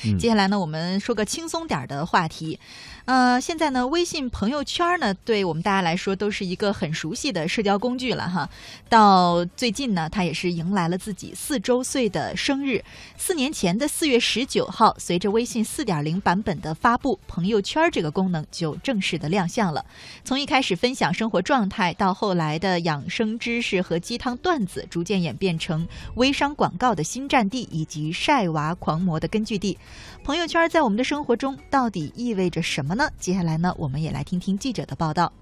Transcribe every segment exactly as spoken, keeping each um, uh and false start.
嗯、 接下来呢，我们说个轻松点的话题。呃，现在呢，微信朋友圈呢，对我们大家来说都是一个很熟悉的社交工具了哈。到最近呢，它也是迎来了自己四周岁的生日。四年前的四月十九号，随着微信四点零版本的发布，朋友圈这个功能就正式的亮相了。从一开始分享生活状态，到后来的养生知识和鸡汤段子，逐渐演变成微商广告的新战地，以及晒娃狂魔的根据地。朋友圈在我们的生活中到底意味着什么呢？接下来呢，我们也来听听记者的报道。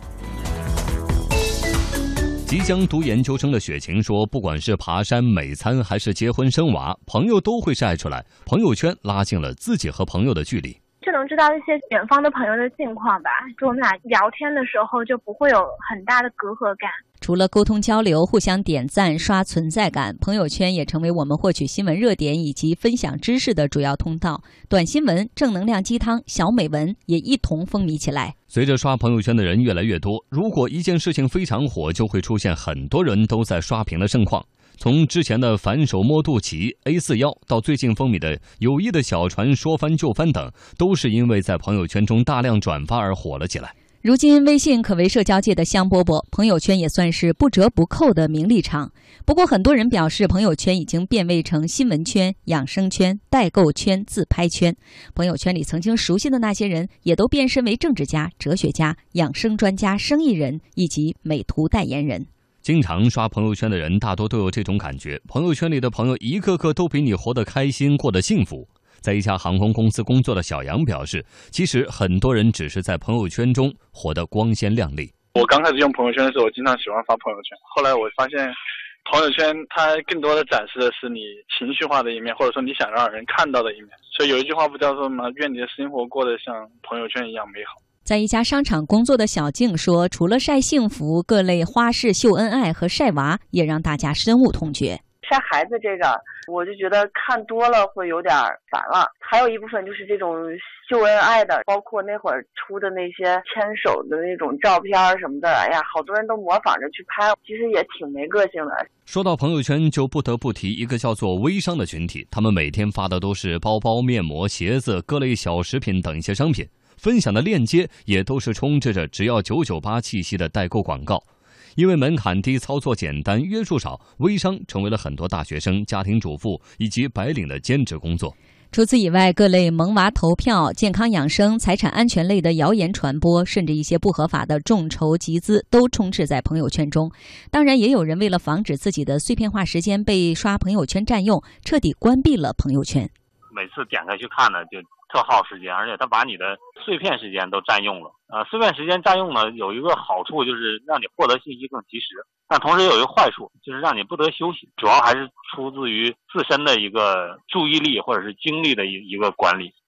即将读研究生的雪晴说，不管是爬山、美餐还是结婚生娃，朋友都会晒出来，朋友圈拉近了自己和朋友的距离。 就能知道一些远方的朋友的近况吧，就我们俩聊天的时候就不会有很大的隔阂感。 除了沟通交流、互相点赞、刷存在感，朋友圈也成为我们获取新闻热点以及分享知识的主要通道。短新闻、正能量鸡汤、小美文也一同风靡起来。 随着刷朋友圈的人越来越多，如果一件事情非常火，就会出现很多人都在刷屏的盛况。从之前的反手摸肚脐 A 四 腰到最近风靡的友谊的小船说翻就翻等，都是因为在朋友圈中大量转发而火了起来。 如今微信可谓社交界的香饽饽，朋友圈也算是不折不扣的名利场。不过很多人表示，朋友圈已经变味成新闻圈、养生圈、代购圈、自拍圈。朋友圈里曾经熟悉的那些人，也都变身为政治家、哲学家、养生专家、生意人以及美图代言人。 经常刷朋友圈的人大多都有这种感觉，朋友圈里的朋友一个个都比你活得开心，过得幸福。在一家航空公司工作的小杨表示，其实很多人只是在朋友圈中活得光鲜亮丽。 我刚开始用朋友圈的时候，我经常喜欢发朋友圈，后来我发现朋友圈它更多的展示的是你情绪化的一面，或者说你想让人看到的一面。所以有一句话不叫做什么，愿你的生活过得像朋友圈一样美好。 在一家商场工作的小静说，除了晒幸福，各类花式秀恩爱和晒娃也让大家深恶痛绝。 晒孩子这个，我就觉得看多了会有点烦了。还有一部分就是这种秀恩爱的，包括那会儿出的那些牵手的那种照片什么的，哎呀，好多人都模仿着去拍，其实也挺没个性的。 说到朋友圈，就不得不提一个叫做微商的群体，他们每天发的都是包包、面膜、鞋子、各类小食品等一些商品，分享的链接也都是充斥着只要九九八气息的代购广告。因为门槛低、操作简单、约束少，微商成为了很多大学生、家庭主妇以及白领的兼职工作。 除此以外，各类萌娃投票、健康养生、财产安全类的谣言传播，甚至一些不合法的众筹集资，都充斥在朋友圈中。当然，也有人为了防止自己的碎片化时间被刷朋友圈占用，彻底关闭了朋友圈。 每次点开去看呢，就特耗时间，而且它把你的碎片时间都占用了。呃，碎片时间占用呢，有一个好处就是让你获得信息更及时，但同时也有一个坏处，就是让你不得休息。主要还是出自于自身的一个注意力或者是精力的一一个管理。